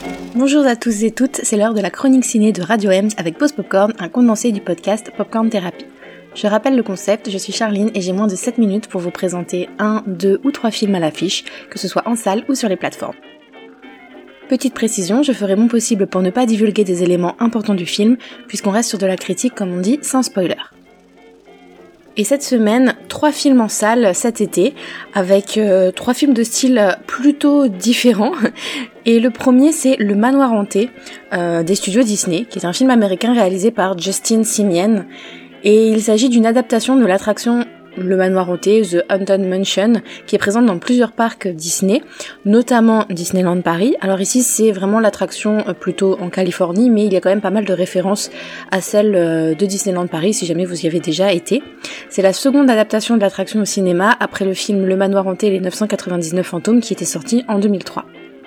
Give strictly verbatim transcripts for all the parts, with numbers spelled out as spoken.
Bonjour à tous et toutes, c'est l'heure de la chronique ciné de Radio Ems avec Pause Popcorn, un condensé du podcast Popcorn Therapy. Je rappelle le concept, je suis Charline et j'ai moins de sept minutes pour vous présenter un, deux ou trois films à l'affiche, que ce soit en salle ou sur les plateformes. Petite précision, je ferai mon possible pour ne pas divulguer des éléments importants du film, puisqu'on reste sur de la critique comme on dit, sans spoiler. Et cette semaine, trois films en salle cet été, avec euh, trois films de style plutôt différents. Et le premier, c'est Le Manoir Hanté, euh, des studios Disney, qui est un film américain réalisé par Justin Simien. Et il s'agit d'une adaptation de l'attraction Le Manoir Hanté, The Haunted Mansion, qui est présente dans plusieurs parcs Disney, notamment Disneyland Paris. Alors ici, c'est vraiment l'attraction plutôt en Californie, mais il y a quand même pas mal de références à celle de Disneyland Paris, si jamais vous y avez déjà été. C'est la seconde adaptation de l'attraction au cinéma, après le film Le Manoir Hanté et les neuf cent quatre-vingt-dix-neuf fantômes, qui était sorti en deux mille trois.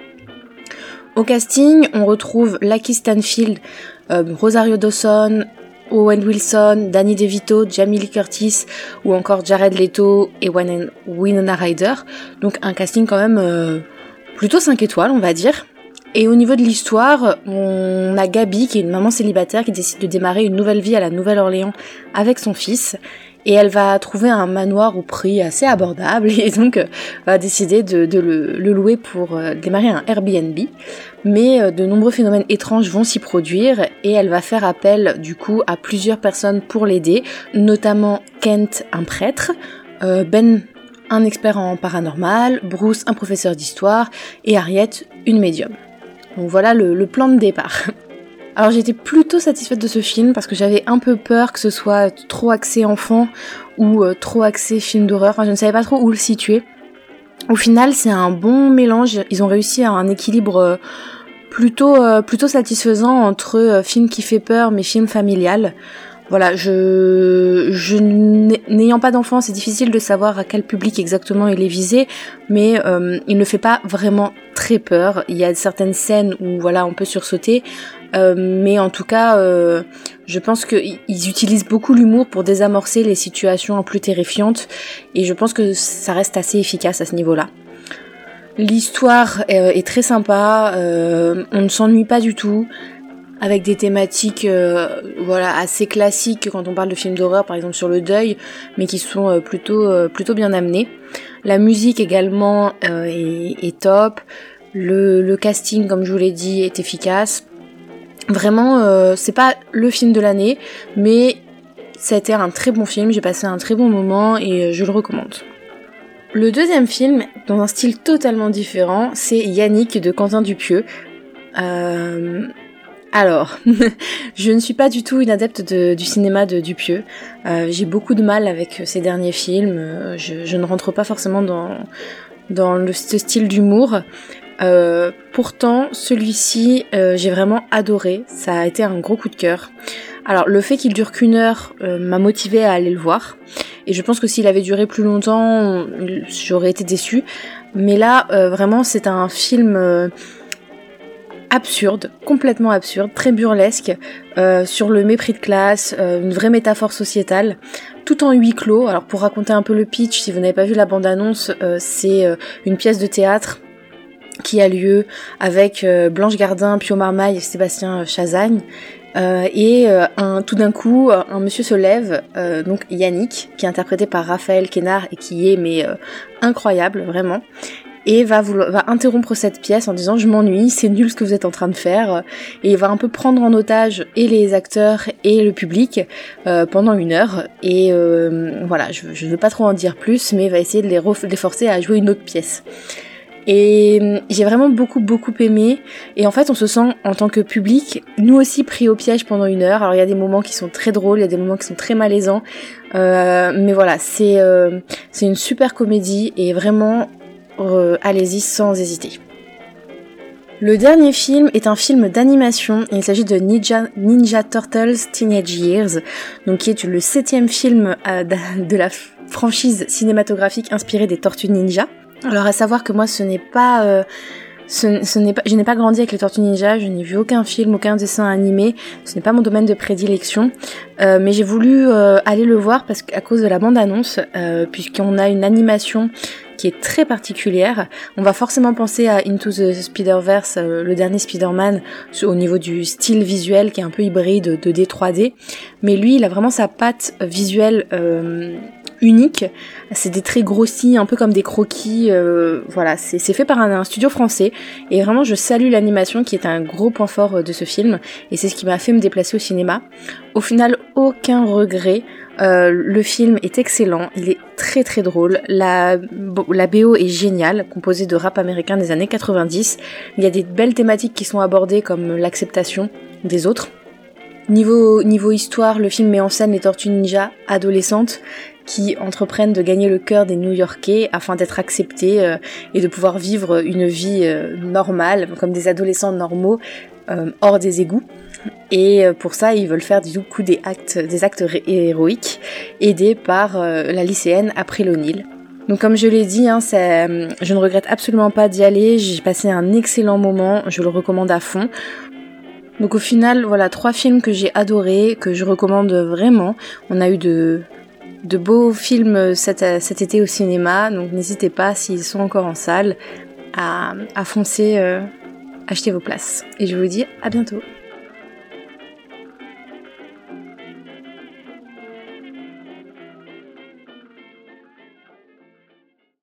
Au casting, on retrouve Lakeith Stanfield, euh, Rosario Dawson, Owen Wilson, Danny DeVito, Jamie Lee Curtis ou encore Jared Leto et Winona Ryder. Donc un casting quand même euh, plutôt cinq étoiles on va dire. Et au niveau de l'histoire, on a Gabi qui est une maman célibataire qui décide de démarrer une nouvelle vie à la Nouvelle-Orléans avec son fils. Et elle va trouver un manoir au prix assez abordable et donc euh, va décider de, de le, le louer pour euh, démarrer un Airbnb. Mais euh, de nombreux phénomènes étranges vont s'y produire et elle va faire appel du coup à plusieurs personnes pour l'aider, notamment Kent, un prêtre, euh, Ben, un expert en paranormal, Bruce, un professeur d'histoire et Harriet, une médium. Donc voilà le, le plan de départ. Alors j'étais plutôt satisfaite de ce film parce que j'avais un peu peur que ce soit trop axé enfant ou euh, trop axé film d'horreur, enfin je ne savais pas trop où le situer. Au final c'est un bon mélange, ils ont réussi à un équilibre euh, plutôt, euh, plutôt satisfaisant entre euh, film qui fait peur mais film familial. Voilà, je, je n'ayant pas d'enfant, c'est difficile de savoir à quel public exactement il est visé, mais euh, il ne fait pas vraiment très peur. Il y a certaines scènes où voilà, on peut sursauter, euh, mais en tout cas, euh, je pense qu'ils utilisent beaucoup l'humour pour désamorcer les situations plus terrifiantes, et je pense que ça reste assez efficace à ce niveau-là. L'histoire est, est très sympa, euh, on ne s'ennuie pas du tout. Avec des thématiques euh, voilà assez classiques quand on parle de films d'horreur, par exemple sur le deuil, mais qui sont euh, plutôt euh, plutôt bien amenés. La musique également euh, est, est top. Le, le casting, comme je vous l'ai dit, est efficace. Vraiment, euh, c'est pas le film de l'année, mais ça a été un très bon film. J'ai passé un très bon moment et je le recommande. Le deuxième film, dans un style totalement différent, c'est Yannick de Quentin Dupieux. Euh... Alors, je ne suis pas du tout une adepte de, du cinéma de Dupieux. Euh, j'ai beaucoup de mal avec ces derniers films. Je, je ne rentre pas forcément dans, dans le, ce style d'humour. Euh, pourtant, celui-ci, euh, j'ai vraiment adoré. Ça a été un gros coup de cœur. Alors, le fait qu'il dure qu'une heure euh, m'a motivée à aller le voir. Et je pense que s'il avait duré plus longtemps, j'aurais été déçue. Mais là, euh, vraiment, c'est un film... Euh, absurde, complètement absurde, très burlesque, euh, sur le mépris de classe, euh, une vraie métaphore sociétale, tout en huis clos. Alors pour raconter un peu le pitch, si vous n'avez pas vu la bande-annonce, euh, c'est euh, une pièce de théâtre qui a lieu avec euh, Blanche Gardin, Pio Marmaille et Sébastien Chazagne. Euh, et euh, un, tout d'un coup, un monsieur se lève, euh, donc Yannick, qui est interprété par Raphaël Quénard et qui est mais euh, incroyable, vraiment. Et va, vouloir, va interrompre cette pièce en disant « je m'ennuie, c'est nul ce que vous êtes en train de faire ». Et il va un peu prendre en otage et les acteurs et le public euh, pendant une heure. Et euh, voilà, je, je ne veux pas trop en dire plus, mais il va essayer de les, ref- de les forcer à jouer une autre pièce. Et j'ai vraiment beaucoup beaucoup aimé. Et en fait, on se sent en tant que public, nous aussi pris au piège pendant une heure. Alors il y a des moments qui sont très drôles, il y a des moments qui sont très malaisants. Euh, mais voilà, c'est, euh, c'est une super comédie et vraiment... Euh, allez-y sans hésiter. Le dernier film est un film d'animation. Il s'agit de Ninja, Ninja Turtles Teenage Years, donc qui est le septième film euh, de la franchise cinématographique inspirée des Tortues Ninja. Alors à savoir que moi ce n'est pas... Euh, Ce, ce n'est pas, je n'ai pas grandi avec les Tortues Ninja, je n'ai vu aucun film, aucun dessin animé, ce n'est pas mon domaine de prédilection, euh, mais j'ai voulu euh, aller le voir parce qu'à cause de la bande-annonce, euh, puisqu'on a une animation qui est très particulière. On va forcément penser à Into the Spider-Verse, euh, le dernier Spider-Man, au niveau du style visuel qui est un peu hybride deux D trois D, mais lui il a vraiment sa patte visuelle euh, unique, c'est des traits grossis, un peu comme des croquis, euh, voilà, c'est, c'est fait par un, un studio français, et vraiment je salue l'animation qui est un gros point fort de ce film, et c'est ce qui m'a fait me déplacer au cinéma. Au final, aucun regret, euh, le film est excellent, il est très très drôle, la, la B O est géniale, composée de rap américain des années quatre-vingt-dix, il y a des belles thématiques qui sont abordées comme l'acceptation des autres. Niveau, niveau histoire, le film met en scène les Tortues Ninja adolescentes qui entreprennent de gagner le cœur des New-Yorkais afin d'être acceptées euh, et de pouvoir vivre une vie euh, normale, comme des adolescents normaux, euh, hors des égouts. Et euh, pour ça, ils veulent faire du coup des actes, des actes ré- héroïques, aidés par euh, la lycéenne April O'Neil. Donc comme je l'ai dit, hein, c'est, euh, je ne regrette absolument pas d'y aller, j'ai passé un excellent moment, je le recommande à fond. Donc au final, voilà, trois films que j'ai adorés, que je recommande vraiment. On a eu de, de beaux films cet, cet été au cinéma, donc n'hésitez pas, s'ils sont encore en salle, à, à foncer, euh, acheter vos places. Et je vous dis à bientôt.